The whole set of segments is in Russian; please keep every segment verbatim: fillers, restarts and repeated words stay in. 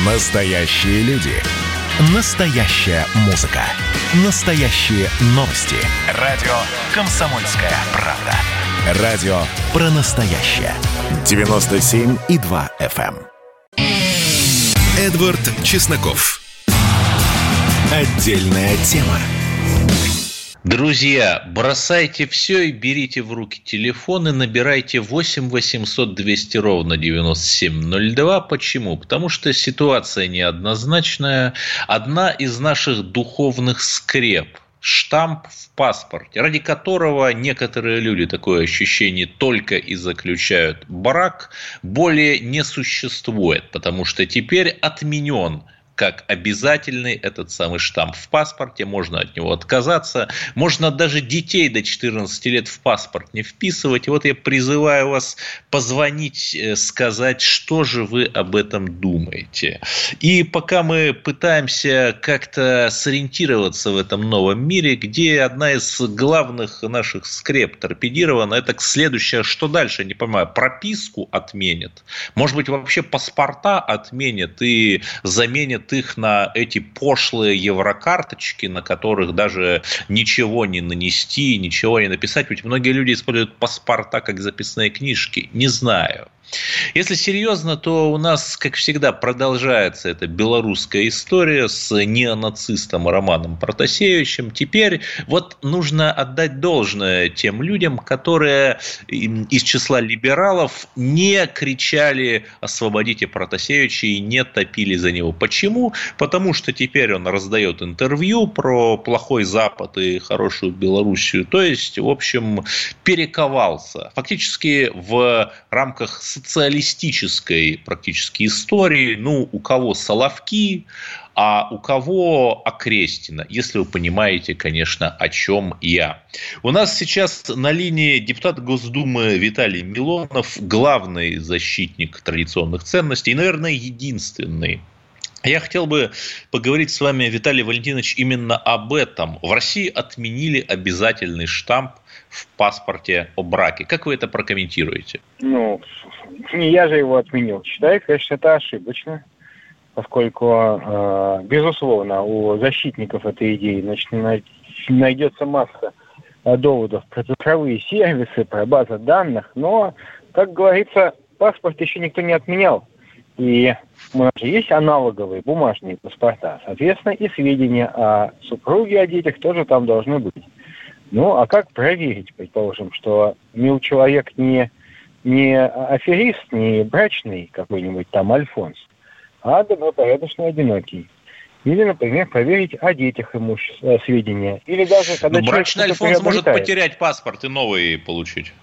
Настоящие люди. Настоящая музыка. Настоящие новости. Радио «Комсомольская правда». Радио про настоящее. девяносто семь и два эф эм. Эдвард Чесноков. Отдельная тема. Друзья, бросайте все и берите в руки телефон и набирайте восемь восемьсот двести ровно девяносто семь ноль два. Почему? Потому что ситуация неоднозначная. Одна из наших духовных скреп – штамп в паспорте, ради которого некоторые люди, такое ощущение, только и заключают брак, более не существует, потому что теперь отменен как обязательный этот самый штамп в паспорте, можно от него отказаться, можно даже детей до четырнадцати лет в паспорт не вписывать. И вот я призываю вас позвонить, сказать, что же вы об этом думаете. И пока мы пытаемся как-то сориентироваться в этом новом мире, где одна из главных наших скреп торпедирована, это следующее, что дальше, не понимаю, прописку отменят, может быть, вообще паспорта отменят и заменят их на эти пошлые еврокарточки, на которых даже ничего не нанести, ничего не написать. Ведь многие люди используют паспорта как записные книжки. Не знаю. Если серьезно, то у нас, как всегда, продолжается эта белорусская история с неонацистом Романом Протасевичем. Теперь вот нужно отдать должное тем людям, которые из числа либералов не кричали «освободите Протасевича» и не топили за него. Почему? Потому что теперь он раздает интервью про плохой Запад и хорошую Белоруссию. То есть, в общем, перековался. Фактически в рамках социалистической практически истории, ну, у кого Соловки, а у кого Окрестина, если вы понимаете, конечно, о чем я. У нас сейчас на линии депутат Госдумы Виталий Милонов, главный защитник традиционных ценностей и, наверное, единственный. Я хотел бы поговорить с вами, Виталий Валентинович, именно об этом. В России отменили обязательный штамп в паспорте о браке. Как вы это прокомментируете? Ну, не я же его отменил. Считаю, конечно, это ошибочно, поскольку, э, безусловно, у защитников этой идеи значит, найдется масса доводов про цифровые сервисы, про базы данных, но, как говорится, паспорт еще никто не отменял. И у нас же есть аналоговые бумажные паспорта. Соответственно, и сведения о супруге, о детях тоже там должны быть. Ну, а как проверить, предположим, что мил человек не, не аферист, не брачный какой-нибудь там Альфонс, а добропорядочный одинокий? Или, например, проверить о детях имущества, сведения. Или даже, когда но брачный Альфонс может потерять паспорт и новый получить.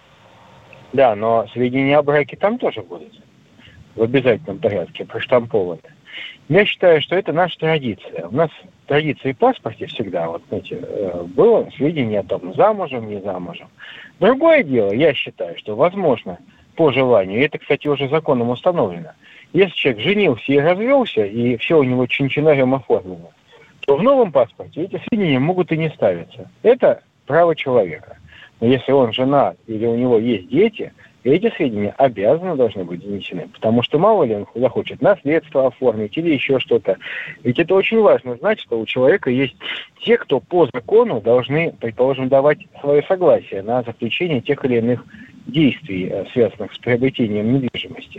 Да, но сведения о браке там тоже будут. В обязательном порядке, проштампованы. Я считаю, что это наша традиция. У нас традиция в паспорте всегда, вот, знаете, было сведения о том, замужем, не замужем. Другое дело, я считаю, что возможно, по желанию, и это, кстати, уже законом установлено, если человек женился и развелся, и все у него чин-чинарем оформлено, то в новом паспорте эти сведения могут и не ставиться. Это право человека. Но если он женат или у него есть дети, эти сведения обязаны должны быть занесены, потому что мало ли он захочет наследство оформить или еще что-то. Ведь это очень важно знать, что у человека есть те, кто по закону должны, предположим, давать свое согласие на заключение тех или иных действий, связанных с приобретением недвижимости.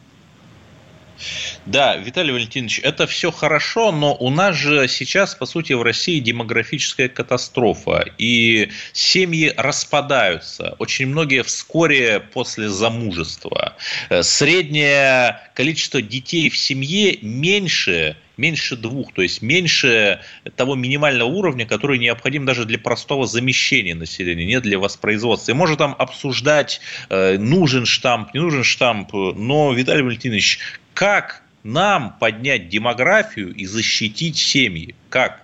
Да, Виталий Валентинович, это все хорошо, но у нас же сейчас, по сути, в России демографическая катастрофа, и семьи распадаются. Очень многие вскоре после замужества. Среднее количество детей в семье меньше, меньше двух, то есть меньше того минимального уровня, который необходим даже для простого замещения населения, не для воспроизводства. И можно там обсуждать, нужен штамп, не нужен штамп, но, Виталий Валентинович, как нам поднять демографию и защитить семьи? Как?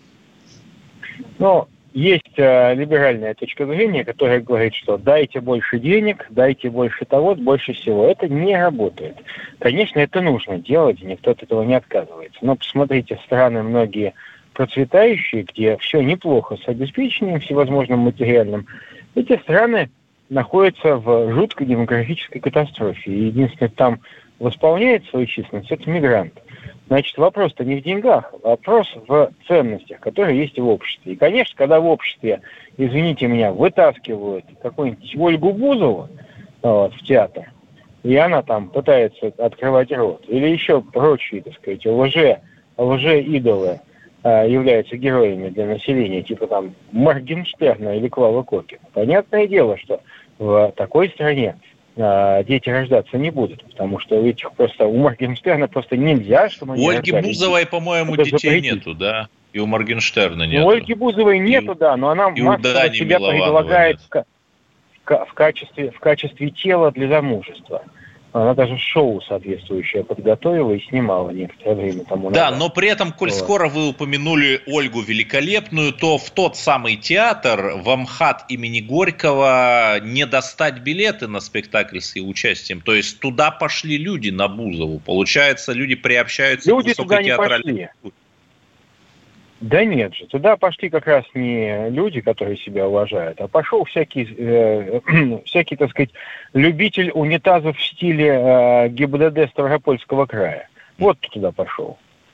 Ну, есть э, либеральная точка зрения, которая говорит, что дайте больше денег, дайте больше того, больше всего. Это не работает. Конечно, это нужно делать, никто от этого не отказывается. Но посмотрите, страны многие процветающие, где все неплохо с обеспечением всевозможным материальным, эти страны находятся в жуткой демографической катастрофе. И единственное, там восполняет свою численность, это мигранты. Значит, вопрос-то не в деньгах, вопрос в ценностях, которые есть в обществе. И, конечно, когда в обществе, извините меня, вытаскивают какую-нибудь Ольгу Бузову вот, в театр, и она там пытается открывать рот, или еще прочие, так сказать, лже, лже-идолы а, являются героями для населения, типа там Моргенштерна или Клавы Коки. Понятное дело, что в такой стране а, дети рождаться не будут, потому что у этих просто, у Моргенштерна просто нельзя, чтобы они У Ольги рождались. Бузовой, по-моему, Это детей запретить. нету, да? И у Моргенштерна нету. Ну, у Ольги Бузовой нету, И, да, но она массово себя предлагает в, в, качестве, в качестве тела для замужества. Она даже шоу соответствующее подготовила и снимала некоторое время тому назад. Да, но при этом, коль вот. скоро вы упомянули Ольгу Великолепную, то в тот самый театр, в МХАТ имени Горького, не достать билеты на спектакль с ее участием. То есть туда пошли люди на Бузову. Получается, люди приобщаются люди к высокой театральной... Люди туда не пошли. Да нет же, туда пошли как раз не люди, которые себя уважают, а пошел всякий, э, всякий, так сказать, любитель унитазов в стиле э, ГИБДД Ставропольского края. Вот кто туда пошел.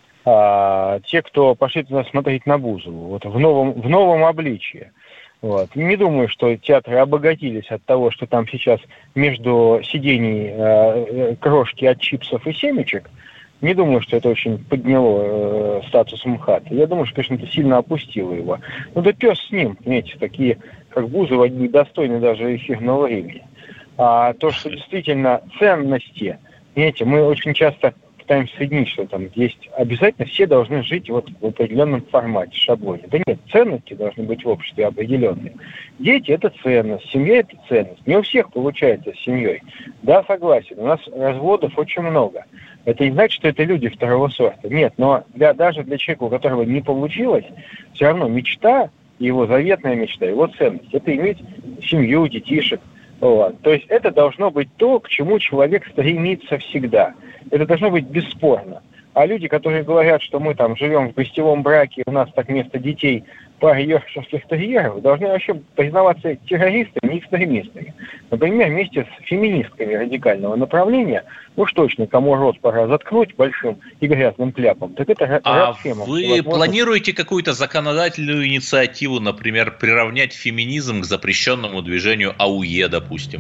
А те, кто пошли туда смотреть на Бузову, вот в новом, в новом обличии. Вот. Не думаю, что театры обогатились от того, что там сейчас между сидений э, крошки от чипсов и семечек. Не думаю, что это очень подняло э, статус МХАТа. Я думаю, что, конечно, это сильно опустило его. Ну да пес с ним, понимаете, такие, как Бузова, они недостойны даже эфирного времени. А то, что действительно ценности, понимаете, мы очень часто пытаемся соединить, что там есть обязательно все должны жить вот в определенном формате, шаблоне. Да нет, ценности должны быть в обществе определенные. Дети – это ценность, семья – это ценность. Не у всех получается с семьей. Да, согласен, у нас разводов очень много. Это не значит, что это люди второго сорта. Нет, но для, даже для человека, у которого не получилось, все равно мечта, его заветная мечта, его ценность – это иметь семью, детишек. Вот. То есть это должно быть то, к чему человек стремится всегда. Это должно быть бесспорно. А люди, которые говорят, что мы там живем в гостевом браке, у нас так вместо детей пара йоркширских терьеров, должны вообще признаваться террористами и экстремистами. Например, вместе с феминистками радикального направления, уж точно, кому рот пора заткнуть большим и грязным кляпом, так это А Радфемов. Вы возможно... планируете какую-то законодательную инициативу, например, приравнять феминизм к запрещенному движению АУЕ, допустим?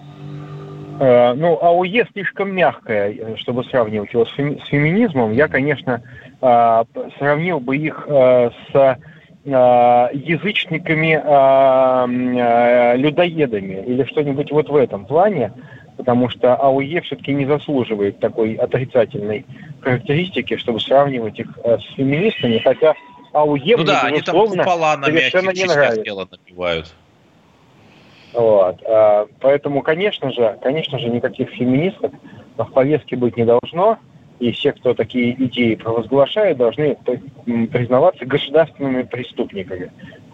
Uh, ну, АУЕ слишком мягкое, чтобы сравнивать его с, феми- с феминизмом. Я, конечно, uh, сравнил бы их uh, с uh, язычниками, uh, uh, людоедами или что-нибудь вот в этом плане, потому что АУЕ все-таки не заслуживает такой отрицательной характеристики, чтобы сравнивать их uh, с феминистами, хотя АУЕ, ну мне, да, они там купола на мягких частях тела набивают. Вот. Поэтому, конечно же, конечно же, никаких феминисток в повестке быть не должно, и все, кто такие идеи провозглашает, должны признаваться государственными преступниками.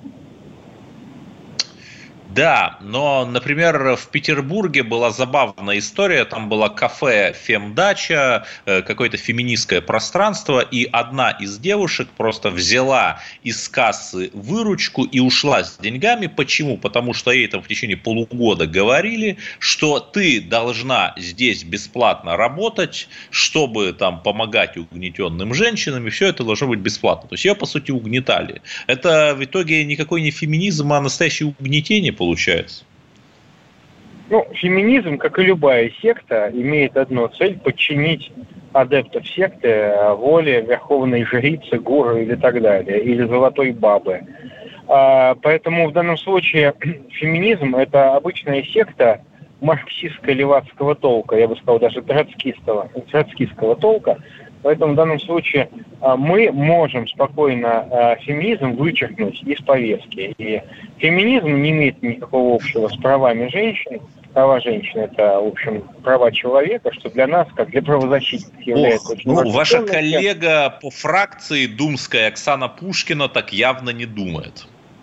Да, но, например, в Петербурге была забавная история, там было кафе «Фемдача», какое-то феминистское пространство, и одна из девушек просто взяла из кассы выручку и ушла с деньгами. Почему? Потому что ей там в течение полугода говорили, что ты должна здесь бесплатно работать, чтобы там помогать угнетенным женщинам, и все это должно быть бесплатно. То есть ее, по сути, угнетали. Это в итоге никакой не феминизм, а настоящее угнетение получается. Ну, феминизм, как и любая секта, имеет одну цель – подчинить адептов секты воле верховной жрицы, гуру или так далее, или золотой бабы. А, поэтому в данном случае феминизм – это обычная секта марксистско-левацкого толка, я бы сказал, даже троцкистского, троцкистского толка. Поэтому в данном случае а, мы можем спокойно а, феминизм вычеркнуть из повестки. И феминизм не имеет никакого общего с правами женщин. Права женщин – это, в общем, права человека, что для нас, как для правозащитников, является Ох, очень ну, важным. Ваша коллега по фракции думская Оксана Пушкина так явно не думает.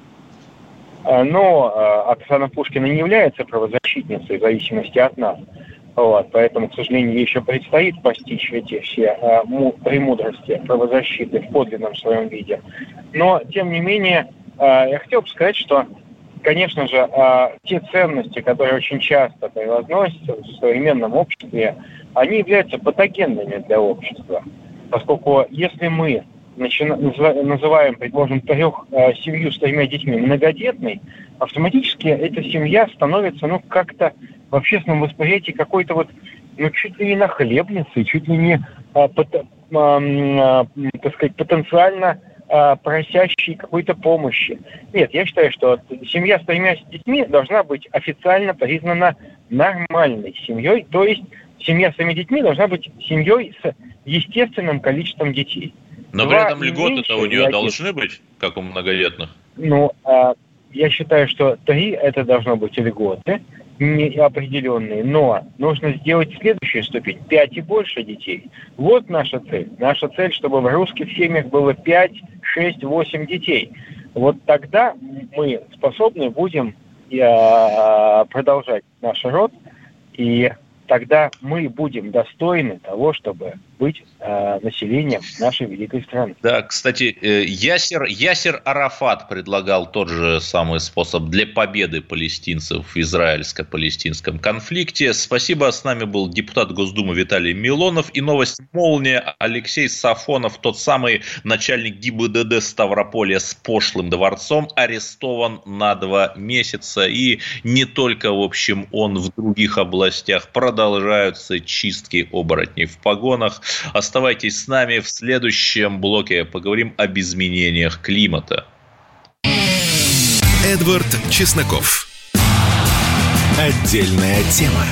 Но а, Оксана Пушкина не является правозащитницей в зависимости от нас. Вот, поэтому, к сожалению, ей еще предстоит постичь эти все а, му, премудрости правозащиты в подлинном своем виде. Но, тем не менее, а, я хотел бы сказать, что, конечно же, а, те ценности, которые очень часто превозносятся в современном обществе, они являются патогенными для общества. Поскольку если мы начина... называем, предположим, трех, э, семью с тремя детьми многодетной, автоматически эта семья становится, ну, как-то в общественном восприятии какой-то вот, ну, чуть ли не нахлебницей, чуть ли не, э, пот... э, э, так сказать, потенциально э, просящей какой-то помощи. Нет, я считаю, что семья с тремя детьми должна быть официально признана нормальной семьей, то есть семья с тремя детьми должна быть семьей с естественным количеством детей. Но Два при этом льготы-то у нее один. должны быть, как у многодетных? Ну, а, я считаю, что три это должно быть льготы неопределенные, но нужно сделать следующую ступень. Пять и больше детей. Вот наша цель. Наша цель, чтобы в русских семьях было пять, шесть, восемь детей. Вот тогда мы способны будем а, продолжать наш род, и тогда мы будем достойны того, чтобы быть э, населением нашей великой страны. Да, кстати, Ясер, Ясер Арафат предлагал тот же самый способ для победы палестинцев в израильско-палестинском конфликте. Спасибо, с нами был депутат Госдумы Виталий Милонов. И новость «Молния». Алексей Сафонов, тот самый начальник ГИБДД Ставрополья с пошлым дворцом, арестован на два месяца. И не только, в общем, он, в других областях продолжаются чистки оборотней в погонах. Оставайтесь с нами, в следующем блоке поговорим об изменениях климата. Эдвард Чесноков. Отдельная тема.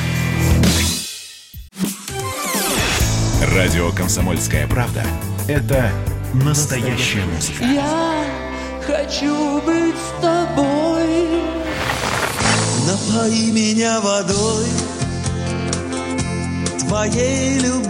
Радио «Комсомольская правда» – это настоящая музыка. Я хочу быть с тобой. Напои меня водой твоей любви.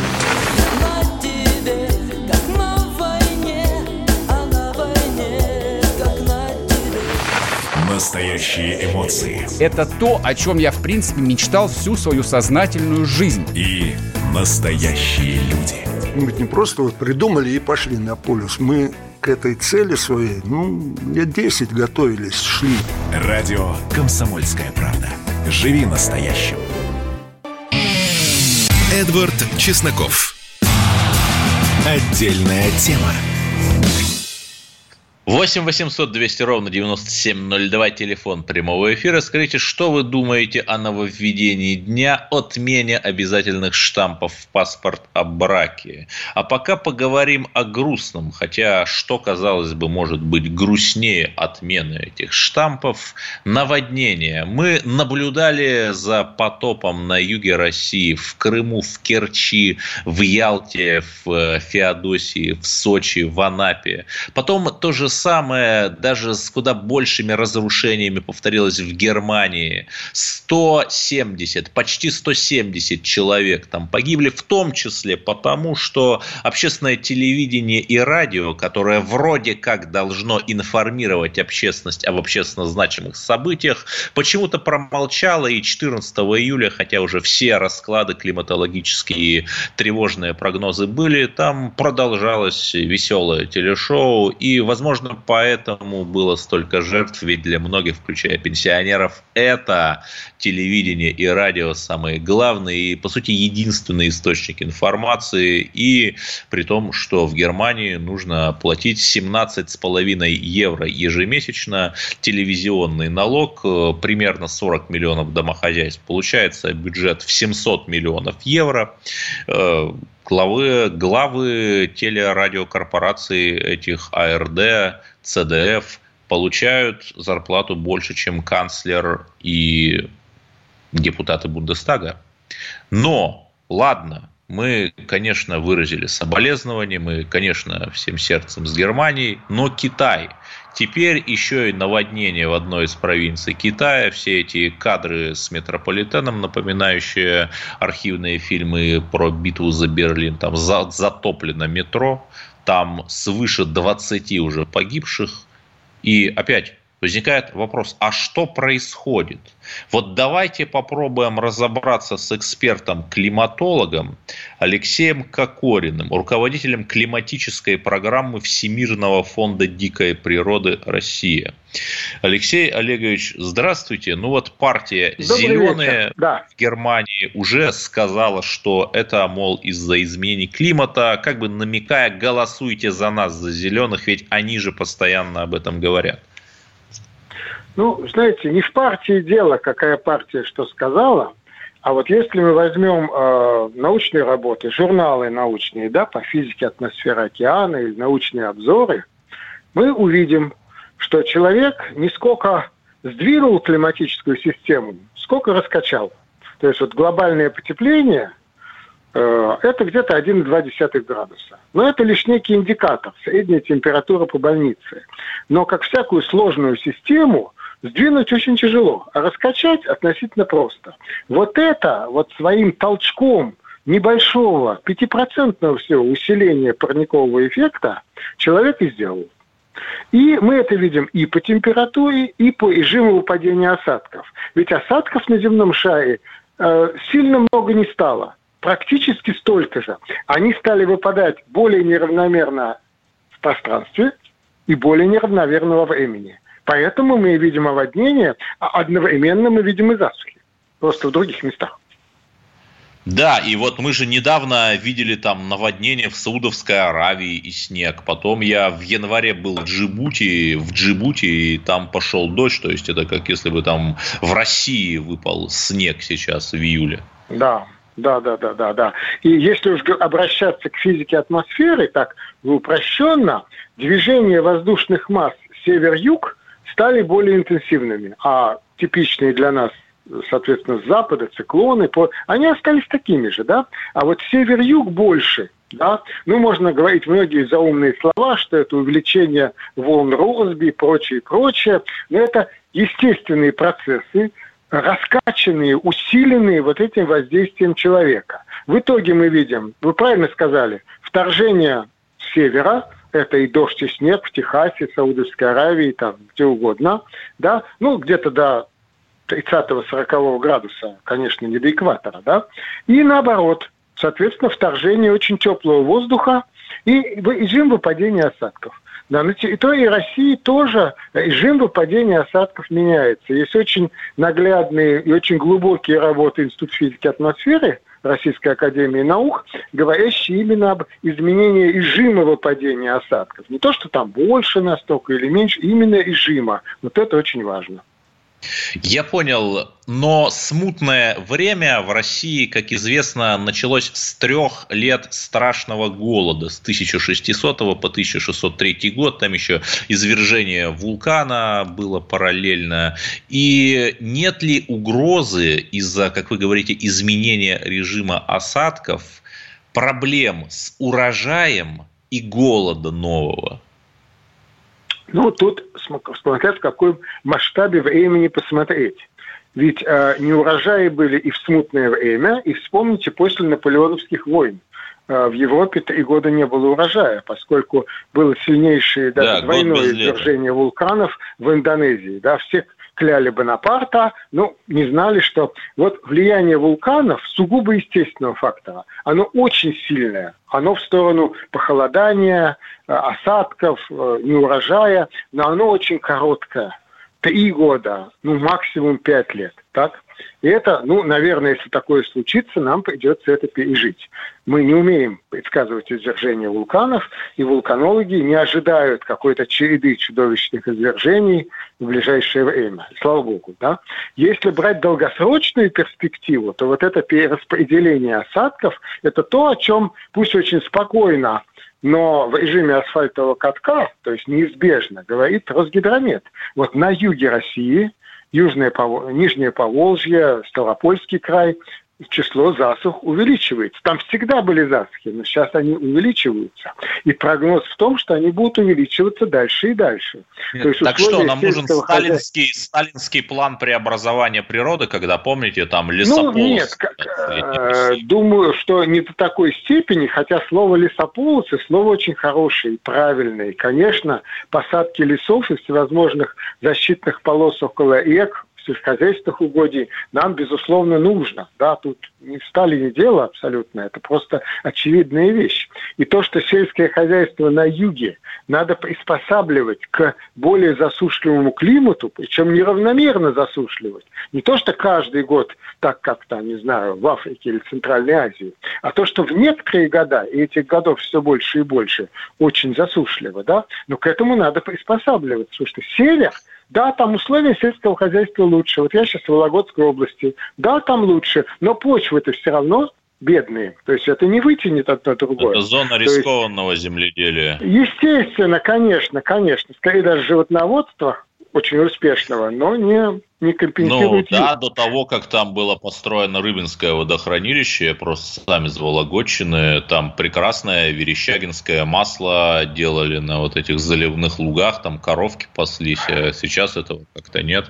Настоящие эмоции. Это то, о чем я, в принципе, мечтал всю свою сознательную жизнь. И настоящие люди. Мы ведь не просто вот придумали и пошли на полюс. Мы к этой цели своей, ну, лет десять готовились, шли. Радио «Комсомольская правда». Живи настоящим. Эдвард Чесноков. Отдельная тема. восемь восемьсот двести ровно девяносто семь ноль два, телефон прямого эфира. Скажите, что вы думаете о нововведении дня, отмене обязательных штампов в паспорт о браке? А пока поговорим о грустном, хотя что, казалось бы, может быть грустнее отмены этих штампов? Наводнение. Мы наблюдали за потопом на юге России, в Крыму, в Керчи, в Ялте, в Феодосии, в Сочи, в Анапе. Потом то же самое, даже с куда большими разрушениями, повторилось в Германии. сто семьдесят, почти сто семьдесят человек там погибли, в том числе потому, что общественное телевидение и радио, которое вроде как должно информировать общественность об общественно значимых событиях, почему-то промолчало, и четырнадцатого июля, хотя уже все расклады климатологические, тревожные прогнозы были, там продолжалось веселое телешоу, и, возможно, поэтому было столько жертв, ведь для многих, включая пенсионеров, это телевидение и радио самые главные и, по сути, единственный источник информации, и при том, что в Германии нужно платить семнадцать с половиной евро ежемесячно телевизионный налог, примерно сорок миллионов домохозяйств, получается бюджет в семьсот миллионов евро. Главы, главы телерадиокорпораций этих А Р Д, Цэ Дэ Эф получают зарплату больше, чем канцлер и депутаты Бундестага. Но, ладно, мы, конечно, выразили соболезнования, мы, конечно, всем сердцем с Германией, но Китай. Теперь еще и наводнение в одной из провинций Китая, все эти кадры с метрополитеном, напоминающие архивные фильмы про битву за Берлин, там затоплено метро, там свыше двадцати уже погибших. И опять возникает вопрос, а что происходит? Вот давайте попробуем разобраться с экспертом-климатологом Алексеем Кокориным, руководителем климатической программы Всемирного фонда дикой природы «Россия». Алексей Олегович, здравствуйте. Ну вот партия Добрый «Зеленые» да. в Германии уже сказала, что это, мол, из-за изменений климата, как бы намекая, голосуйте за нас, за «Зеленых», ведь они же постоянно об этом говорят. Ну, знаете, не в партии дело, какая партия что сказала, а вот если мы возьмем э, научные работы, журналы научные, да, по физике атмосферы океана или научные обзоры, мы увидим, что человек не сколько сдвинул климатическую систему, сколько раскачал. То есть вот глобальное потепление э, это где-то один целых две десятых градуса. Но это лишь некий индикатор, средняя температура по больнице. Но как всякую сложную систему сдвинуть очень тяжело, а раскачать относительно просто. Вот это вот своим толчком небольшого пятипроцентного всего усиления парникового эффекта человек и сделал. И мы это видим и по температуре, и по режиму выпадения осадков. Ведь осадков на земном шаре э, сильно много не стало. Практически столько же. Они стали выпадать более неравномерно в пространстве и более неравномерно во времени. Поэтому мы видим наводнение, а одновременно мы видим и засухи. Просто в других местах. Да, и вот мы же недавно видели там наводнение в Саудовской Аравии и снег. Потом я в январе был в Джибути, в Джибути, и там пошел дождь. То есть это как если бы там в России выпал снег сейчас в июле. Да, да, да, да, да, да. И если уж обращаться к физике атмосферы, так упрощенно, движение воздушных масс север-юг стали более интенсивными, а типичные для нас, соответственно, с запада, циклоны, они остались такими же, да, а вот север-юг больше, да, ну, можно говорить многие заумные слова, что это увеличение волн Россби и прочее, прочее, но это естественные процессы, раскачанные, усиленные вот этим воздействием человека. В итоге мы видим, вы правильно сказали, вторжение с севера, это и дождь, и снег в Техасе, Саудовской Аравии, там, где угодно, да, ну, где-то до тридцатого-сорокового градуса, конечно, не до экватора, да, и наоборот, соответственно, вторжение очень теплого воздуха и режим выпадения осадков. Да, на территории России тоже режим выпадения осадков меняется. Есть очень наглядные и очень глубокие работы Института физики атмосферы Российской академии наук, говорящие именно об изменении режима выпадения осадков. Не то, что там больше настолько или меньше, именно режима. Вот это очень важно. Я понял, но смутное время в России, как известно, началось с трех лет страшного голода, с тысяча шестисотого по тысяча шестьсот третий год, там еще извержение вулкана было параллельно. И нет ли угрозы из-за, как вы говорите, изменения режима осадков, проблем с урожаем и голода нового? Ну, тут смотря в каком масштабе времени посмотреть. Ведь э, неурожаи были и в смутное время, и вспомните, после наполеоновских войн. Э, в Европе три года не было урожая, поскольку было сильнейшее даже да, двойное извержение вулканов в Индонезии. Да, все кляли Бонапарта, но не знали, что вот влияние вулканов сугубо естественного фактора, оно очень сильное. Оно в сторону похолодания, осадков, неурожая, но оно очень короткое. Три года, ну максимум пять лет, так? И это, ну, наверное, если такое случится, нам придется это пережить. Мы не умеем предсказывать извержения вулканов, и вулканологи не ожидают какой-то череды чудовищных извержений в ближайшее время. Слава богу, да? Если брать долгосрочную перспективу, то вот это перераспределение осадков – это то, о чем пусть очень спокойно, но в режиме асфальтового катка, то есть неизбежно, говорит Росгидромет. Вот на юге России, Южное, Нижнее Поволжье, Ставропольский край, число засух увеличивается. Там всегда были засухи, но сейчас они увеличиваются. И прогноз в том, что они будут увеличиваться дальше и дальше. Нет, То есть так что, нам нужен сталинский, хозяйства... сталинский план преобразования природы, когда, помните, там лесополос... Ну, нет, как, э, думаю, что не до такой степени, хотя слово лесополосы, слово очень хорошее и правильное. И, конечно, посадки лесов и всевозможных защитных полос около рек, сельскохозяйственных угодий нам, безусловно, нужно. Да, тут не в Сталине дело абсолютно, это просто очевидная вещь. И то, что сельское хозяйство на юге надо приспосабливать к более засушливому климату, причем неравномерно засушливать. Не то, что каждый год, так как там, не знаю, в Африке или Центральной Азии, а то, что в некоторые года, и этих годов все больше и больше, очень засушливо, да, но к этому надо приспосабливаться, потому что север, да, там условия сельского хозяйства лучше. Вот я сейчас в Вологодской области, да, там лучше, но почвы-то все равно бедные. То есть это не вытянет одно другое. Это зона рискованного есть, земледелия. Естественно, конечно, конечно. Скорее даже животноводство очень успешного, но не, не компенсирует. Ну, да, до того, как там было построено Рыбинское водохранилище, я просто сам из Вологодчины, там прекрасное верещагинское масло делали на вот этих заливных лугах, там коровки паслись, а сейчас этого как-то нет.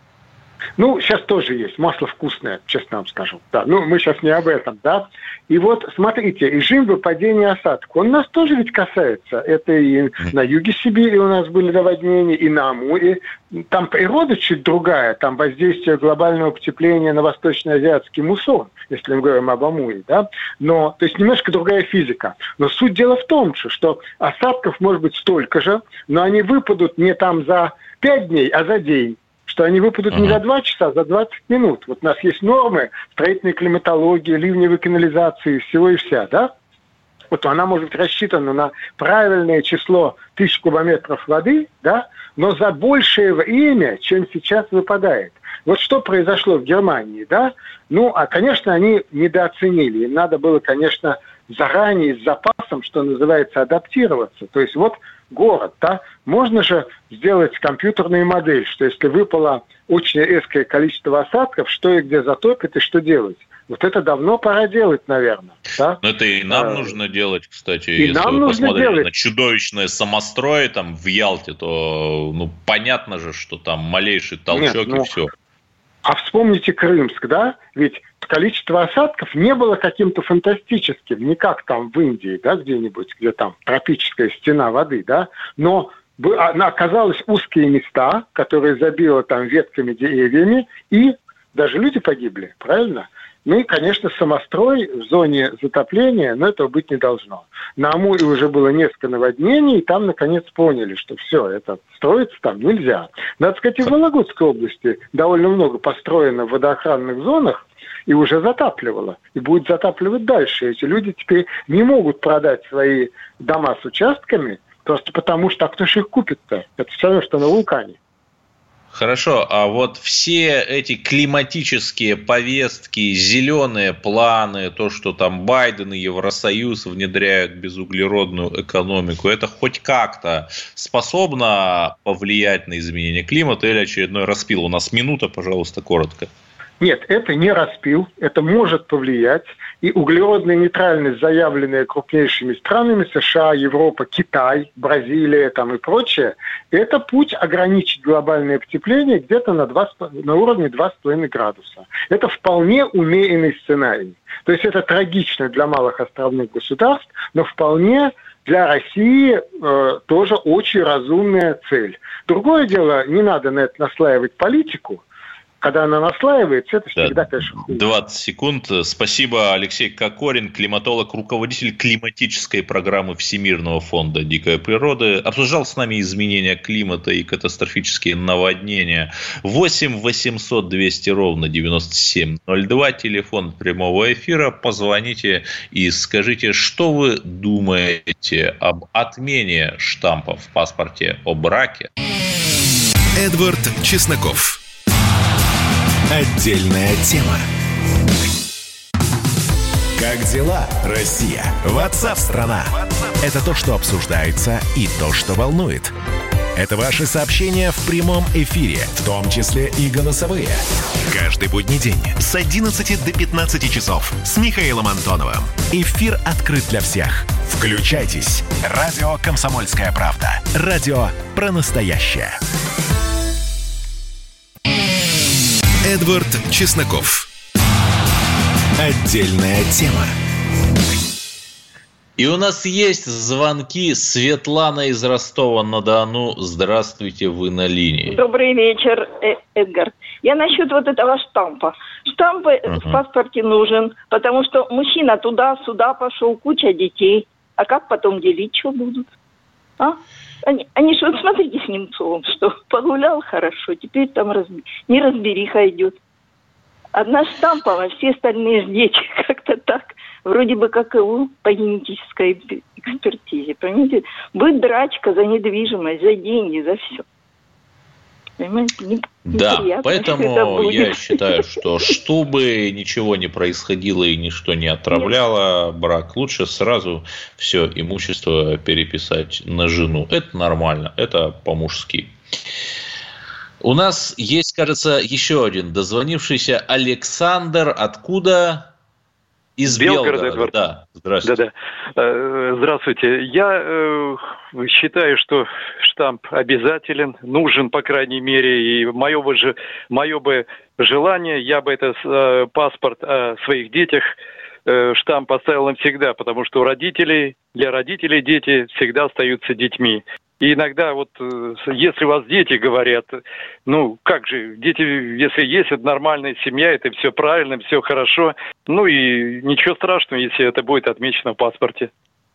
Ну, сейчас тоже есть. Масло вкусное, честно вам скажу. Да, ну, мы сейчас не об этом, да. И вот, смотрите, режим выпадения осадков, он нас тоже ведь касается. Это и на юге Сибири у нас были наводнения, и на Амуре. Там природа чуть другая, там воздействие глобального потепления на восточноазиатский муссон, если мы говорим об Амуре, да. Но, то есть, немножко другая физика. Но суть дела в том, что осадков может быть столько же, но они выпадут не там за пять дней, а за день. Что они выпадут не за два часа, а за двадцать минут. Вот у нас есть нормы строительной климатологии, ливневой канализации, всего и вся, да? Вот она может быть рассчитана на правильное число тысяч кубометров воды, да, но за большее время, чем сейчас выпадает. Вот что произошло в Германии, да? Ну, а, конечно, они недооценили. Им надо было, конечно, заранее с запасом, что называется, адаптироваться. То есть вот город, да, можно же сделать компьютерную модель, что если выпало очень резкое количество осадков, что и где затопит и что делать. Вот это давно пора делать, наверное. Да? Но это и нам а, нужно делать, кстати. И если нам вы нужно посмотрите делать. На чудовищные самострои там в Ялте, то ну понятно же, что там малейший толчок. Нет, ну, и все. А вспомните Крымск, да? Ведь количество осадков не было каким-то фантастическим, не как там в Индии, да, где-нибудь, где там тропическая стена воды, да, но оказалось узкие места, которые забило там ветками, деревьями, и даже люди погибли, правильно? Ну и, конечно, самострой в зоне затопления, но этого быть не должно. На Амуре уже было несколько наводнений, и там, наконец, поняли, что все, это строиться там нельзя. Надо сказать, и в Вологодской области довольно много построено в водоохранных зонах, и уже затапливало, и будет затапливать дальше. Эти люди теперь не могут продать свои дома с участками, просто потому что, а кто же их купит-то? Это все равно, что на вулкане. Хорошо, а вот все эти климатические повестки, зеленые планы, то, что там Байден и Евросоюз внедряют безуглеродную экономику, это хоть как-то способно повлиять на изменение климата или очередной распил? У нас минута, пожалуйста, коротко. Нет, это не распил, это может повлиять. И углеродная нейтральность, заявленная крупнейшими странами США, Европа, Китай, Бразилия там и прочее, это путь ограничить глобальное потепление где-то на, два, на уровне два с половиной градуса. Это вполне умеренный сценарий. То есть это трагично для малых островных государств, но вполне для России э, тоже очень разумная цель. Другое дело, не надо на это наслаивать политику. Когда она наслаивается, это всегда, да, конечно, хуже. двадцать секунд. Спасибо, Алексей Кокорин, климатолог, руководитель климатической программы Всемирного фонда дикой природы. Обсуждал с нами изменения климата и катастрофические наводнения. восемь восемьсот двести ровно девяносто семь ноль два, телефон прямого эфира. Позвоните и скажите, что вы думаете об отмене штампа в паспорте о браке. Эдвард Чесноков. Отдельная тема. Как дела, Россия? Ватсап-страна! Это то, что обсуждается, и то, что волнует. Это ваши сообщения в прямом эфире, в том числе и голосовые. Каждый будний день с одиннадцати до пятнадцати часов с Михаилом Антоновым. Эфир открыт для всех. Включайтесь. Радио «Комсомольская правда». Радио про настоящее. Эдвард Чесноков. Отдельная тема. И у нас есть звонки. Светлана из Ростова-на-Дону. Здравствуйте, вы на линии. Добрый вечер, Эдгар. Я насчет вот этого штампа. Штамп uh-huh. в паспорте нужен, потому что мужчина туда-сюда пошел, куча детей. А как потом делить, что будут? А? Они, они же, вот смотрите с Немцовым, что погулял хорошо, теперь там разби... неразбериха идет. Одна штампова, все остальные дети. Как-то так. Вроде бы как и у по генетической экспертизе. Понимаете? Быть драчка за недвижимость, за деньги, за все. Понимаете? Да, поэтому я считаю, что чтобы ничего не происходило и ничто не отравляло брак, лучше сразу все имущество переписать на жену. Это нормально, это по-мужски. У нас есть, кажется, еще один дозвонившийся Александр. Откуда? Из Белгорода. Белгорода. Да, здравствуйте. Да-да. Здравствуйте. Я э, считаю, что штамп обязателен, нужен, по крайней мере, и мое бы, же, мое бы желание, я бы это э, паспорт о своих детях э, штамп поставил навсегда, потому что у родителей, для родителей дети всегда остаются детьми. И иногда вот, если у вас дети говорят, ну, как же, дети, если есть, это нормальная семья, это все правильно, все хорошо. Ну и ничего страшного, если это будет отмечено в паспорте.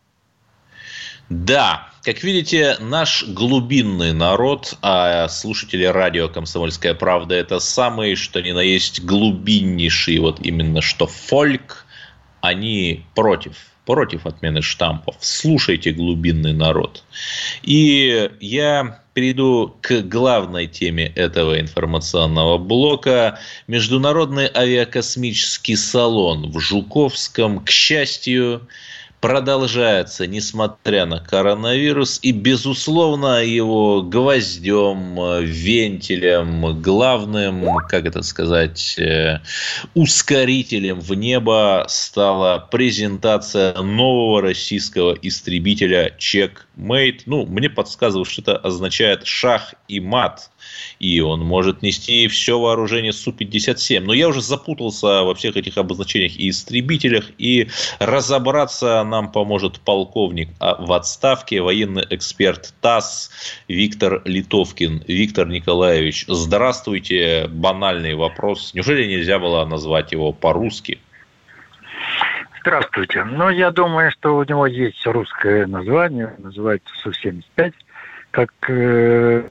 Да, как видите, наш глубинный народ, а слушатели радио «Комсомольская правда» — это самые, что ни на есть, глубиннейшие, вот именно что фольк, они против. Против отмены штампов. Слушайте глубинный народ. И я перейду к главной теме этого информационного блока. Международный авиакосмический салон в Жуковском, к счастью, продолжается, несмотря на коронавирус, и, безусловно, его гвоздем, вентилем, главным, как это сказать, ускорителем в небо стала презентация нового российского истребителя Checkmate. Ну, мне подсказывают, что это означает шах и мат. И он может нести все вооружение Су пятьдесят семь. Но я уже запутался во всех этих обозначениях и истребителях. И разобраться нам поможет полковник в отставке, военный эксперт ТАСС Виктор Литовкин. Виктор Николаевич, здравствуйте. Банальный вопрос. Неужели нельзя было назвать его по-русски? Здравствуйте. Ну, я думаю, что у него есть русское название. Называется Су семьдесят пять. Как... Э-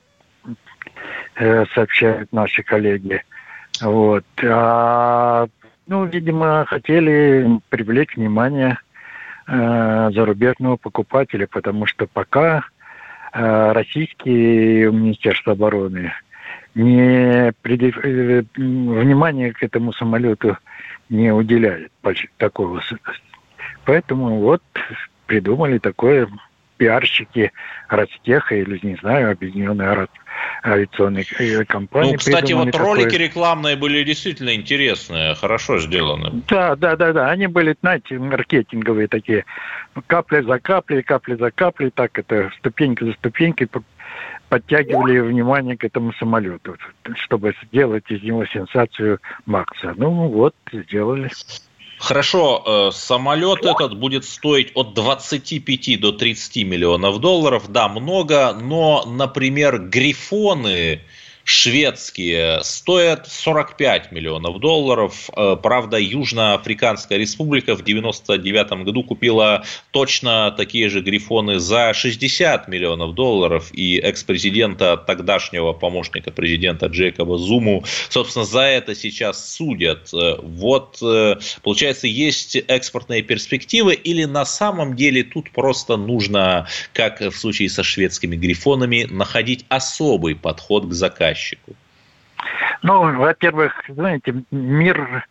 сообщают наши коллеги. Вот. А, ну, видимо, хотели привлечь внимание э, зарубежного покупателя, потому что пока э, российские Министерство обороны не предъяв... э, внимания к этому самолету не уделяет такого. Поэтому вот придумали такое пиарщики Ростеха или, не знаю, Объединенная авиационная компания. Ну, кстати, вот такое. ролики рекламные были действительно интересные, хорошо сделаны. Да, да, да, да. Они были, знаете, маркетинговые такие. Капля за каплей, капля за каплей, так это ступенька за ступенькой подтягивали внимание к этому самолету, чтобы сделать из него сенсацию Макса. Ну, вот, сделали. Хорошо, самолет этот будет стоить от двадцати пяти до тридцати миллионов долларов. Да, много, но, например, грифоны шведские стоят сорок пять миллионов долларов. Правда, Южноафриканская республика в девяносто девятом году купила точно такие же грифоны за шестьдесят миллионов долларов. И экс-президента, тогдашнего помощника президента Джейкоба Зуму, собственно, за это сейчас судят. Вот, получается, есть экспортные перспективы, или на самом деле тут просто нужно, как в случае со шведскими грифонами, находить особый подход к заказчику? Ну, во-первых, знаете, мир,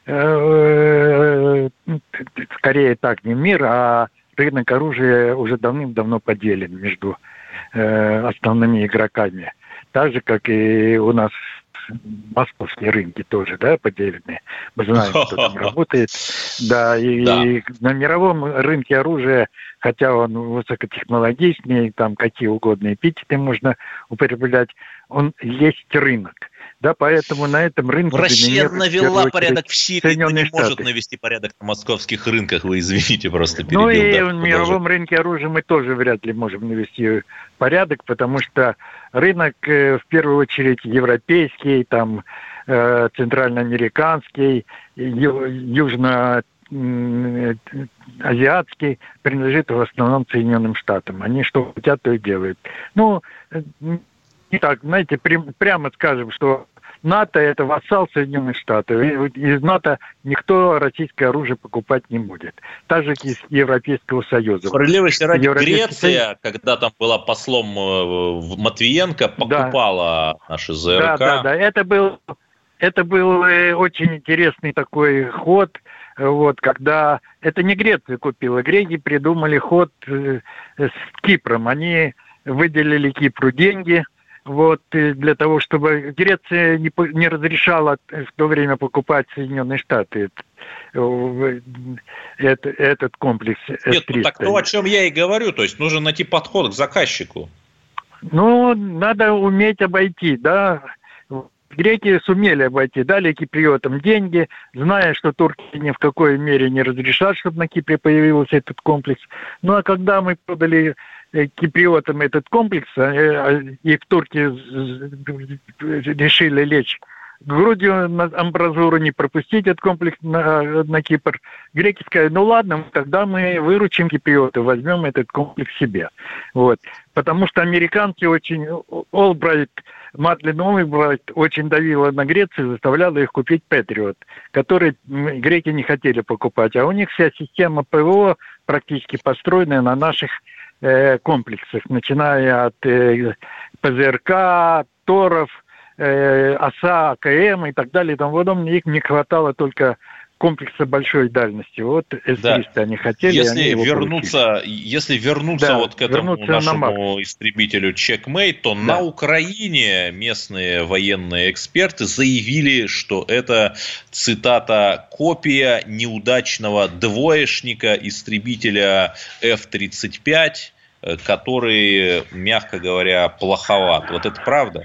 э, скорее так, не мир, а рынок оружия уже давным-давно поделен между э, основными игроками. Так же, как и у нас московские рынки тоже, да, поделены. Мы знаем, кто там работает. Да, и, да. и на мировом рынке оружия, хотя он высокотехнологичный, там какие угодно эпитеты можно употреблять, он есть рынок. Да, поэтому на этом рынке... Россия навела порядок в Сирии, но не может навести порядок на московских рынках. Вы извините, просто перебил. Ну и да, в мировом рынке оружия мы тоже вряд ли можем навести порядок, потому что рынок, в первую очередь, европейский, там, центральноамериканский, южно азиатский принадлежит в основном Соединенным Штатам. Они что хотят, то и делают. Ну, не так, знаете, прямо скажем, что НАТО – это вассал Соединенных Штатов. И из НАТО никто российское оружие покупать не будет. Так же, как и из Европейского Союза. Справедливости ради, Европейский Греция, Союз... когда там была послом Матвиенко, покупала да. наши ЗРК. Да, да, да. Это был, это был очень интересный такой ход. Вот, когда это не Греция купила, греки придумали ход с Кипром. Они выделили Кипру деньги. Вот, для того, чтобы Греция не, не разрешала в то время покупать Соединенные Штаты это, этот комплекс эс триста. Нет, ну так то, о чем я и говорю, то есть нужно найти подход к заказчику. Ну, надо уметь обойти, да. Греки сумели обойти, дали киприотам деньги, зная, что турки ни в какой мере не разрешат, чтобы на Кипре появился этот комплекс. Ну, а когда мы продали киприотам этот комплекс, и турки решили лечь грудью на амбразуру, не пропустить этот комплекс на, на Кипр, греки сказали, ну ладно, тогда мы выручим киприоты, возьмем этот комплекс себе. Вот. Потому что американцы очень, Олбрайт, Мадлен Олбрайт очень давила на Грецию, заставляла их купить Патриот, который греки не хотели покупать. А у них вся система ПВО практически построенная на наших э, комплексах, начиная от э, ПЗРК, ТОРов, э, ОСА, АКМ и так далее и тому подобное. Их не хватало только комплекса большой дальности. Вот эс триста да. они хотели, если они его вернуться, если вернуться да, вот к этому нашему истребителю Checkmate, то да. на Украине местные военные эксперты заявили, что это, цитата, копия неудачного двоечника истребителя эф тридцать пять, который, мягко говоря, плоховат. Вот это правда?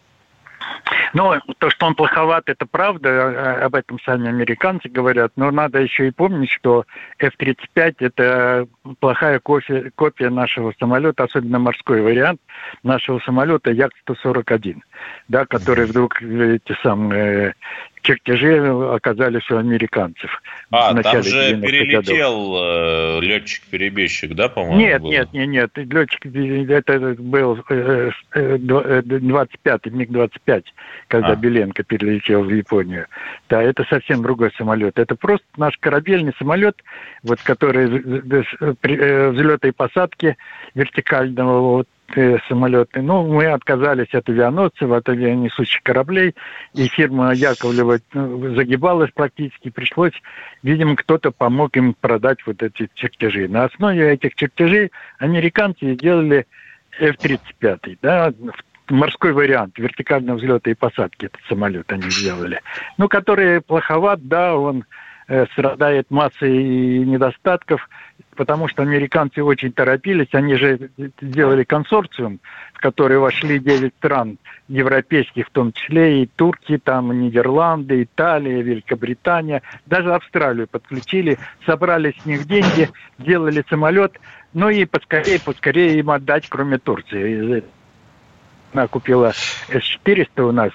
Ну, то, что он плоховат, это правда, об этом сами американцы говорят, но надо еще и помнить, что эф тридцать пять – это плохая копия, копия нашего самолета, особенно морской вариант нашего самолета Як сто сорок один, да, который вдруг, эти самые чертежи оказались у американцев. А, там же перелетел э, летчик-перебежчик, да, по-моему? Нет, был? нет, нет, нет, летчик, это был э, двадцать пятый, МиГ двадцать пять, когда а. Беленко перелетел в Японию. Да, это совсем другой самолет. Это просто наш корабельный самолет, вот, который взлета и посадки вертикального вот, самолеты. Ну, мы отказались от авианосцев, от авианесущих кораблей, и фирма Яковлева загибалась практически. Пришлось, видимо, кто-то помог им продать вот эти чертежи. На основе этих чертежей американцы сделали эф тридцать пять, да, морской вариант вертикального взлета и посадки этот самолет они сделали. Ну, который плоховат, да, он э, страдает массой недостатков, потому что американцы очень торопились, они же сделали консорциум, в который вошли девять стран европейских, в том числе и Турки, там, Нидерланды, Италия, Великобритания, даже Австралию подключили, собрали с них деньги, сделали самолет, ну и поскорее, поскорее им отдать, кроме Турции. Она купила эс четыреста у нас,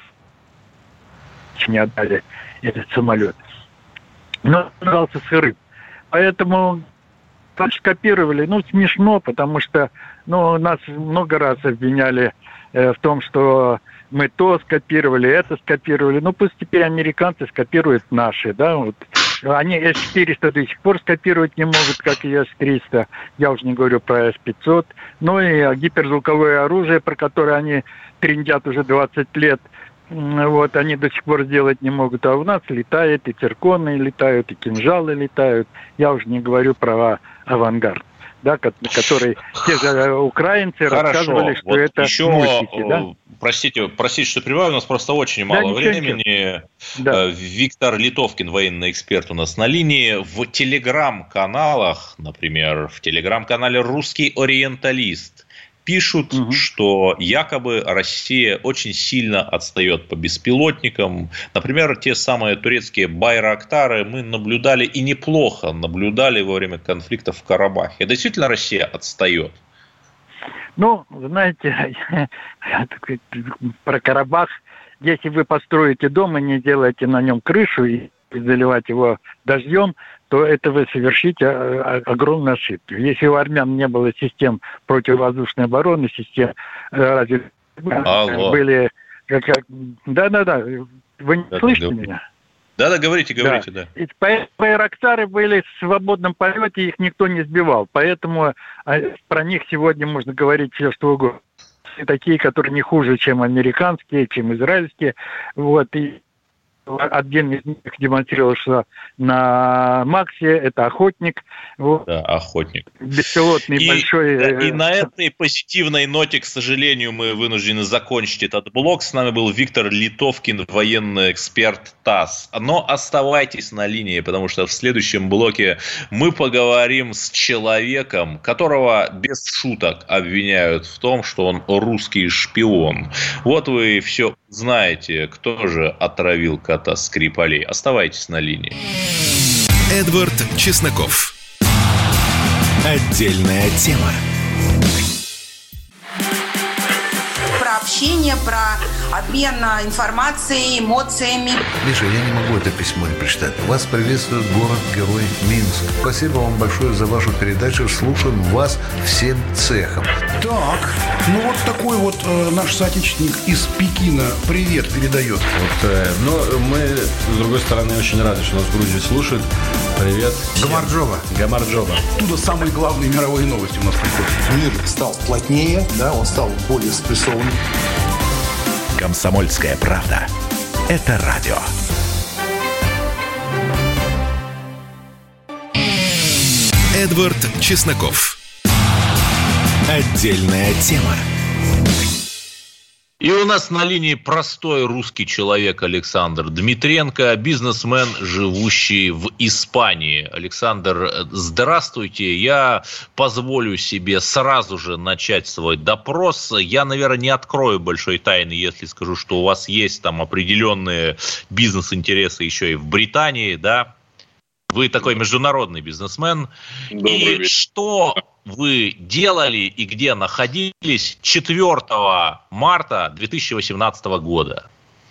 не отдали этот самолет. Но он остался сырым. Поэтому скопировали, ну, смешно, потому что, ну, нас много раз обвиняли э, в том, что мы то скопировали, это скопировали. Ну, пусть теперь американцы скопируют наши, да, вот. Они эс четыреста до сих пор скопировать не могут, как и эс триста. Я уже не говорю про эс пятьсот. Ну и гиперзвуковое оружие, про которое они трындят уже двадцать лет, вот, они до сих пор сделать не могут. А у нас летает, и цирконы летают, и кинжалы летают. Я уже не говорю про авангард, да, который те же украинцы Хорошо. рассказывали, что вот это еще, мультики, да? Простите, простите, что прерываю, у нас просто очень да, мало времени. Да. Виктор Литовкин, военный эксперт, у нас на линии. В телеграм-каналах, например, в телеграм-канале «Русский ориенталист» пишут, угу. что якобы Россия очень сильно отстает по беспилотникам. Например, те самые турецкие байрактары мы наблюдали и неплохо наблюдали во время конфликта в Карабахе. Действительно, Россия отстает? Ну, знаете, про Карабах, если вы построите дом и не делаете на нем крышу и заливать его дождем, то это вы совершите огромную ошибку. Если у армян не было систем противовоздушной обороны, систем разве были... Как, как, да-да-да, вы не да, слышите да, меня? Да-да, говорите, говорите, да. да. И Байрактары были в свободном полете, их никто не сбивал, поэтому про них сегодня можно говорить все, что угодно. И такие, которые не хуже, чем американские, чем израильские, вот, и один из них демонстрировался на Максе, это охотник. Вот. Да, охотник. Беспилотный и, большой... И на этой позитивной ноте, к сожалению, мы вынуждены закончить этот блок. С нами был Виктор Литовкин, военный эксперт ТАСС. Но оставайтесь на линии, потому что в следующем блоке мы поговорим с человеком, которого без шуток обвиняют в том, что он русский шпион. Вот вы все знаете, кто же отравил кота Скрипалей. Оставайтесь на линии. Эдвард Чесноков. Отдельная тема. Про общение, про обмен информацией, эмоциями. Миша, я не могу это письмо не прочитать. Вас приветствует город-герой Минск. Спасибо вам большое за вашу передачу. Слушаем вас всем цехом. Так, ну вот такой вот э, наш соотечественник из Пекина привет передает. Вот, э, но мы, с другой стороны, очень рады, что нас в Грузии слушают. Привет. Гамарджоба. Гамарджоба. Оттуда самые главные мировые новости у нас приходят. Мир стал плотнее, да, он стал более спрессованным. «Комсомольская правда». Это радио. Эдвард Чесноков. Отдельная тема. И у нас на линии простой русский человек Александр Дмитренко, бизнесмен, живущий в Испании. Александр, здравствуйте. Я позволю себе сразу же начать свой допрос. Я, наверное, не открою большой тайны, если скажу, что у вас есть там определенные бизнес-интересы еще и в Британии, да? Вы такой международный бизнесмен. Добрый и вечер. Что вы делали и где находились четвёртого марта две тысячи восемнадцатого года?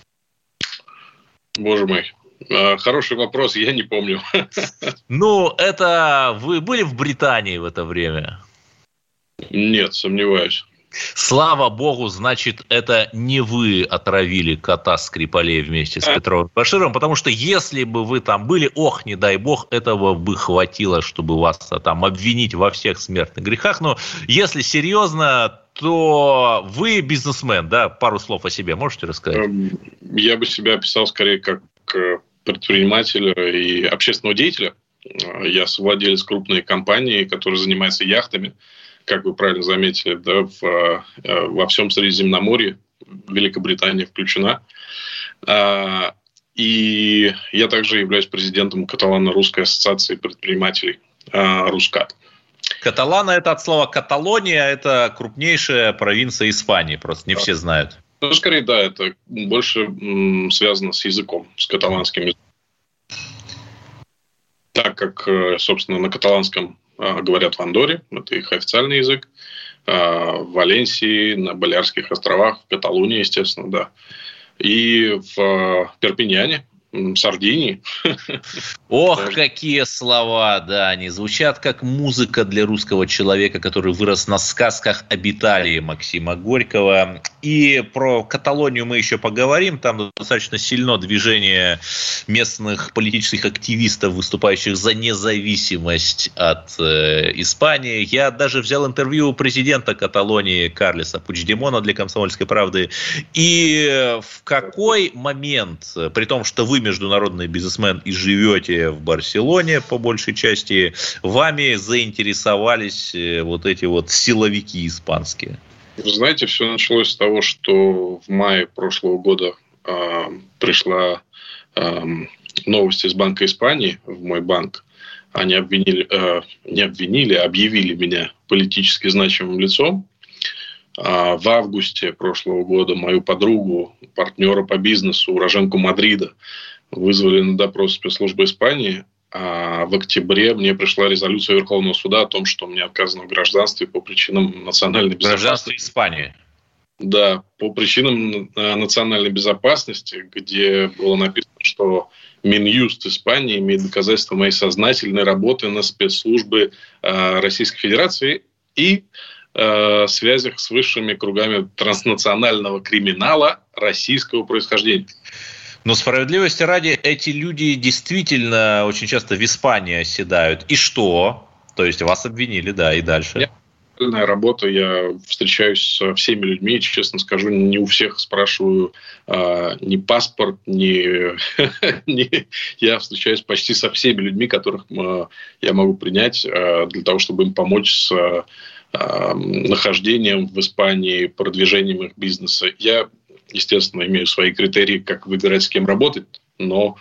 Боже мой, хороший вопрос, я не помню. Ну, это вы были в Британии в это время? Нет, сомневаюсь. Слава богу, значит, это не вы отравили кота Скрипалей вместе с Петровым Баширом, потому что если бы вы там были, ох, не дай бог, этого бы хватило, чтобы вас там обвинить во всех смертных грехах. Но если серьезно, то вы бизнесмен, да? Пару слов о себе можете рассказать? Я бы себя описал скорее как предпринимателя и общественного деятеля. Я совладелец крупной компании, которая занимается яхтами, как вы правильно заметили, да, в, во всем Средиземноморье, Великобритания включена. И я также являюсь президентом Каталано-Русской ассоциации предпринимателей «Рускат». Каталана – это от слова Каталония, это крупнейшая провинция Испании, просто не все знают. Ну, скорее, да, это больше м, связано с языком, с каталанским языком. Так как, собственно, на каталанском говорят в Андорре, это их официальный язык, в Валенсии, на Балиарских островах, в Каталунии, естественно, да, и в Перпиньяне, Сардинии. Ох, какие слова, да, они звучат как музыка для русского человека, который вырос на сказках об Италии Максима Горького. И про Каталонию мы еще поговорим, там достаточно сильно движение местных политических активистов, выступающих за независимость от э, Испании. Я даже взял интервью у президента Каталонии Карлеса Пучдемона для «Комсомольской правды». И в какой момент, при том, что вы международный бизнесмен и живете в Барселоне по большей части, вами заинтересовались вот эти вот силовики испанские? Вы знаете, все началось с того, что в мае прошлого года э, пришла э, новость из Банка Испании в мой банк. Они обвинили, э, не обвинили, а объявили меня политически значимым лицом. А в августе прошлого года мою подругу, партнера по бизнесу, уроженку Мадрида, вызвали на допрос спецслужбы Испании. А в октябре мне пришла резолюция Верховного суда о том, что мне отказано в гражданстве по причинам национальной безопасности. Гражданство Испании. Да, по причинам национальной безопасности, где было написано, что Минюст Испании имеет доказательства моей сознательной работы на спецслужбы э, Российской Федерации и э, связях с высшими кругами транснационального криминала российского происхождения. Но справедливости ради, эти люди действительно очень часто в Испании оседают. И что? То есть вас обвинили, да, и дальше. Я... Работа, я встречаюсь со всеми людьми, честно скажу, не у всех спрашиваю а, ни паспорт, ни, ни... Я встречаюсь почти со всеми людьми, которых а, я могу принять а, для того, чтобы им помочь с а, нахождением в Испании, продвижением их бизнеса. Я, естественно, имею свои критерии, как выбирать, с кем работать, но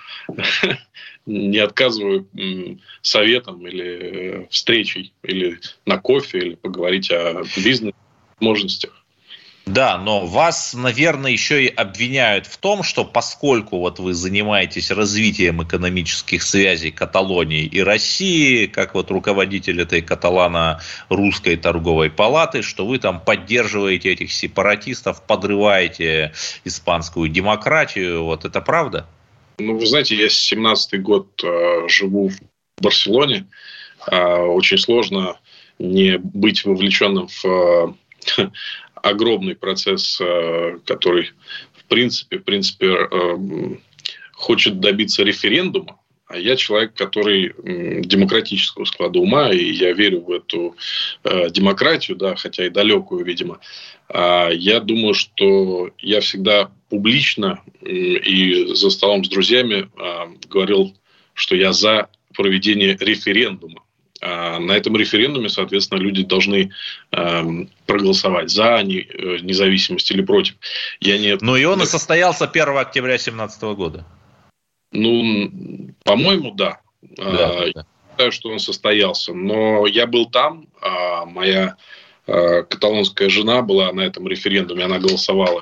не отказываю советам или встречей, или на кофе, или поговорить о бизнес-возможностях. Да, но вас, наверное, еще и обвиняют в том, что поскольку вот вы занимаетесь развитием экономических связей Каталонии и России, как вот руководитель этой каталано-русской торговой палаты, что вы там поддерживаете этих сепаратистов, подрываете испанскую демократию. Вот это правда? Ну, вы знаете, я семнадцатый год э, живу в Барселоне. Э, очень сложно не быть вовлеченным в э, огромный процесс, э, который, в принципе, в принципе э, хочет добиться референдума. А я человек, который э, демократического склада ума, и я верю в эту э, демократию, да, хотя и далекую, видимо. А я думаю, что я всегда публично и за столом с друзьями говорил, что я за проведение референдума. А на этом референдуме, соответственно, люди должны проголосовать за независимость или против. Я не... Но и он и состоялся первого октября две тысячи семнадцатого года. Ну, по-моему, да. Да, а, да. Я считаю, что он состоялся. Но я был там, а моя каталонская жена была на этом референдуме, она голосовала.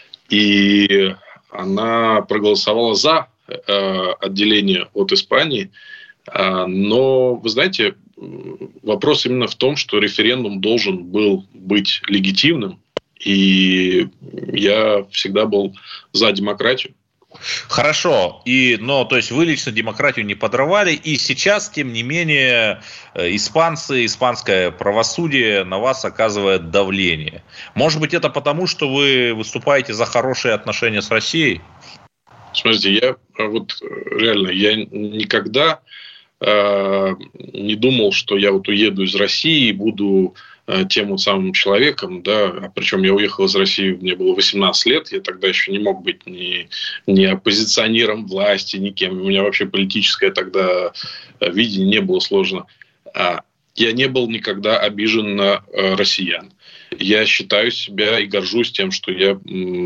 И она проголосовала за э, отделение от Испании. Э, но, вы знаете, вопрос именно в том, что референдум должен был быть легитимным. И я всегда был за демократию. Хорошо, и, но, то есть вы лично демократию не подрывали, и сейчас, тем не менее, испанцы, испанское правосудие на вас оказывает давление. Может быть, это потому, что вы выступаете за хорошие отношения с Россией? Смотрите, я вот реально, я никогда э, не думал, что я вот уеду из России и буду тем вот самым человеком, да, причем я уехал из России, мне было восемнадцать лет, я тогда еще не мог быть ни, ни оппозиционером власти, ни кем, у меня вообще политическое тогда видение не было сложно. Я не был никогда обижен на россиян. Я считаю себя и горжусь тем, что я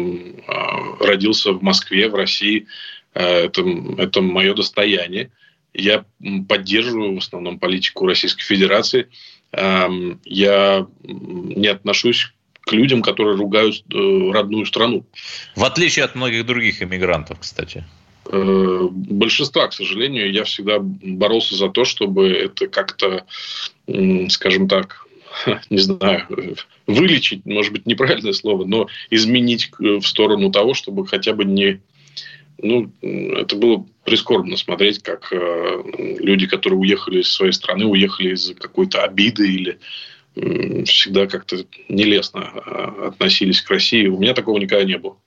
родился в Москве, в России, это, это мое достояние. Я поддерживаю в основном политику Российской Федерации. Я не отношусь к людям, которые ругают родную страну. В отличие от многих других иммигрантов, кстати. Большинства, к сожалению, я всегда боролся за то, чтобы это как-то, скажем так, не знаю, вылечить, может быть, неправильное слово, но изменить в сторону того, чтобы хотя бы не... Ну, это было прискорбно смотреть, как э, люди, которые уехали из своей страны, уехали из-за какой-то обиды или э, всегда как-то нелестно э, относились к России. У меня такого никогда не было.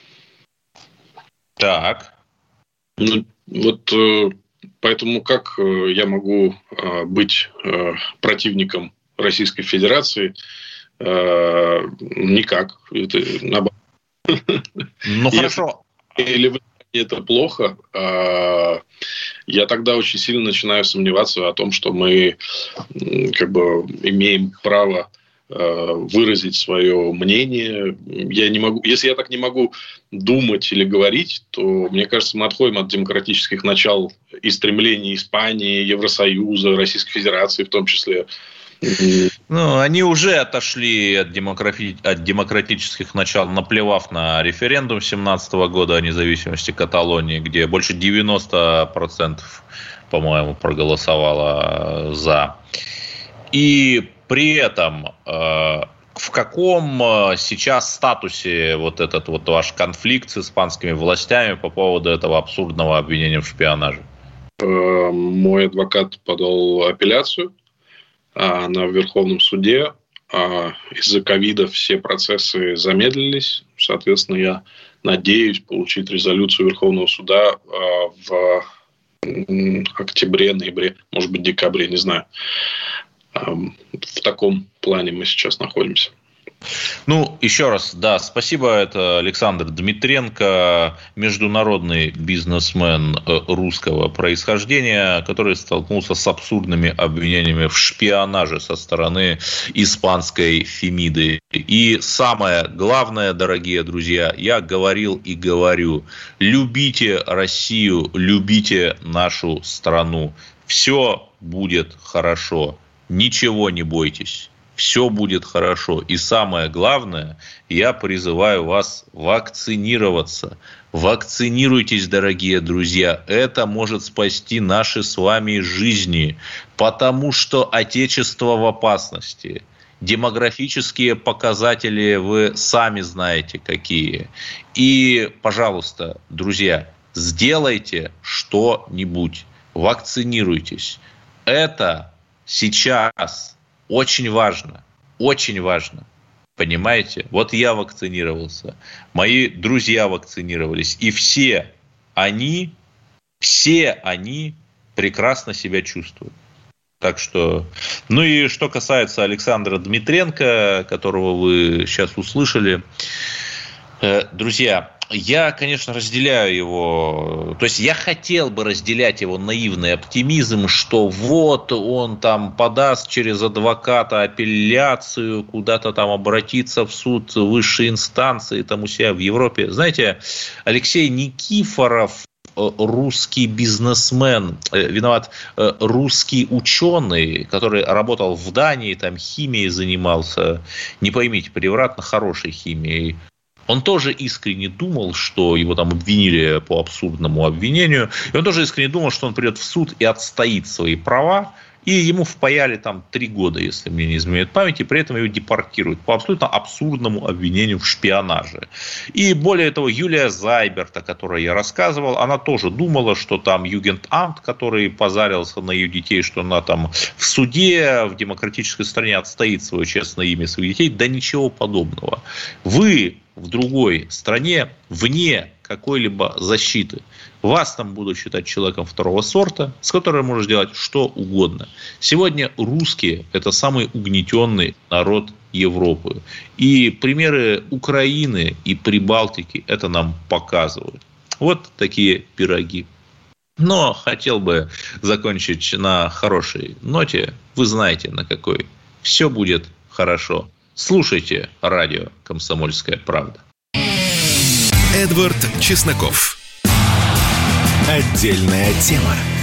Так. Ну, вот э, поэтому как э, я могу э, быть э, противником Российской Федерации? Э, никак. Это наоборот. Ну, хорошо. Или вы это плохо, я тогда очень сильно начинаю сомневаться о том, что мы как бы имеем право выразить свое мнение. Я не могу, если я так не могу думать или говорить, то, мне кажется, мы отходим от демократических начал и стремлений Испании, Евросоюза, Российской Федерации в том числе. Ну, они уже отошли от, демократи... от демократических начал, наплевав на референдум семнадцатого года о независимости Каталонии, где больше девяносто процентов, по-моему, проголосовало за. И при этом, в каком сейчас статусе вот этот вот ваш конфликт с испанскими властями по поводу этого абсурдного обвинения в шпионаже? Мой адвокат подал апелляцию. Она в Верховном суде. Из-за ковида все процессы замедлились. Соответственно, я надеюсь получить резолюцию Верховного суда в октябре, ноябре, может быть, декабре, не знаю. В таком плане мы сейчас находимся. Ну, еще раз, да, спасибо. Это Александр Дмитренко, международный бизнесмен русского происхождения, который столкнулся с абсурдными обвинениями в шпионаже со стороны испанской Фемиды. И самое главное, дорогие друзья, я говорил и говорю: любите Россию, любите нашу страну. Все будет хорошо. Ничего не бойтесь. Все будет хорошо. И самое главное, я призываю вас вакцинироваться. Вакцинируйтесь, дорогие друзья. Это может спасти наши с вами жизни. Потому что Отечество в опасности. Демографические показатели вы сами знаете какие. И, пожалуйста, друзья, сделайте что-нибудь. Вакцинируйтесь. Это сейчас очень важно, очень важно, понимаете? Вот я вакцинировался, мои друзья вакцинировались, и все они, все они прекрасно себя чувствуют. Так что, ну и что касается Александра Дмитренко, которого вы сейчас услышали, друзья, я, конечно, разделяю его, то есть я хотел бы разделять его наивный оптимизм, что вот он там подаст через адвоката апелляцию, куда-то там обратится в суд высшей инстанции, там у себя в Европе. Знаете, Алексей Никифоров, русский бизнесмен, виноват, русский ученый, который работал в Дании, там химией занимался, не поймите превратно, хорошей химией. Он тоже искренне думал, что его там обвинили по абсурдному обвинению. И он тоже искренне думал, что он придет в суд и отстоит свои права. И ему впаяли там три года, если мне не изменяет память, и при этом его депортируют по абсолютно абсурдному обвинению в шпионаже. И более того, Юлия Зайберт, о которой я рассказывал, она тоже думала, что там Югендамт, который позарился на ее детей, что она там в суде в демократической стране отстоит свое честное имя своих детей. Да ничего подобного. Вы в другой стране, вне какой-либо защиты. Вас там будут считать человеком второго сорта, с которым можно делать что угодно. Сегодня русские – это самый угнетенный народ Европы. И примеры Украины и Прибалтики это нам показывают. Вот такие пироги. Но хотел бы закончить на хорошей ноте. Вы знаете, на какой. Все будет хорошо. Слушайте радио «Комсомольская правда». Эдвард Чесноков. Отдельная тема.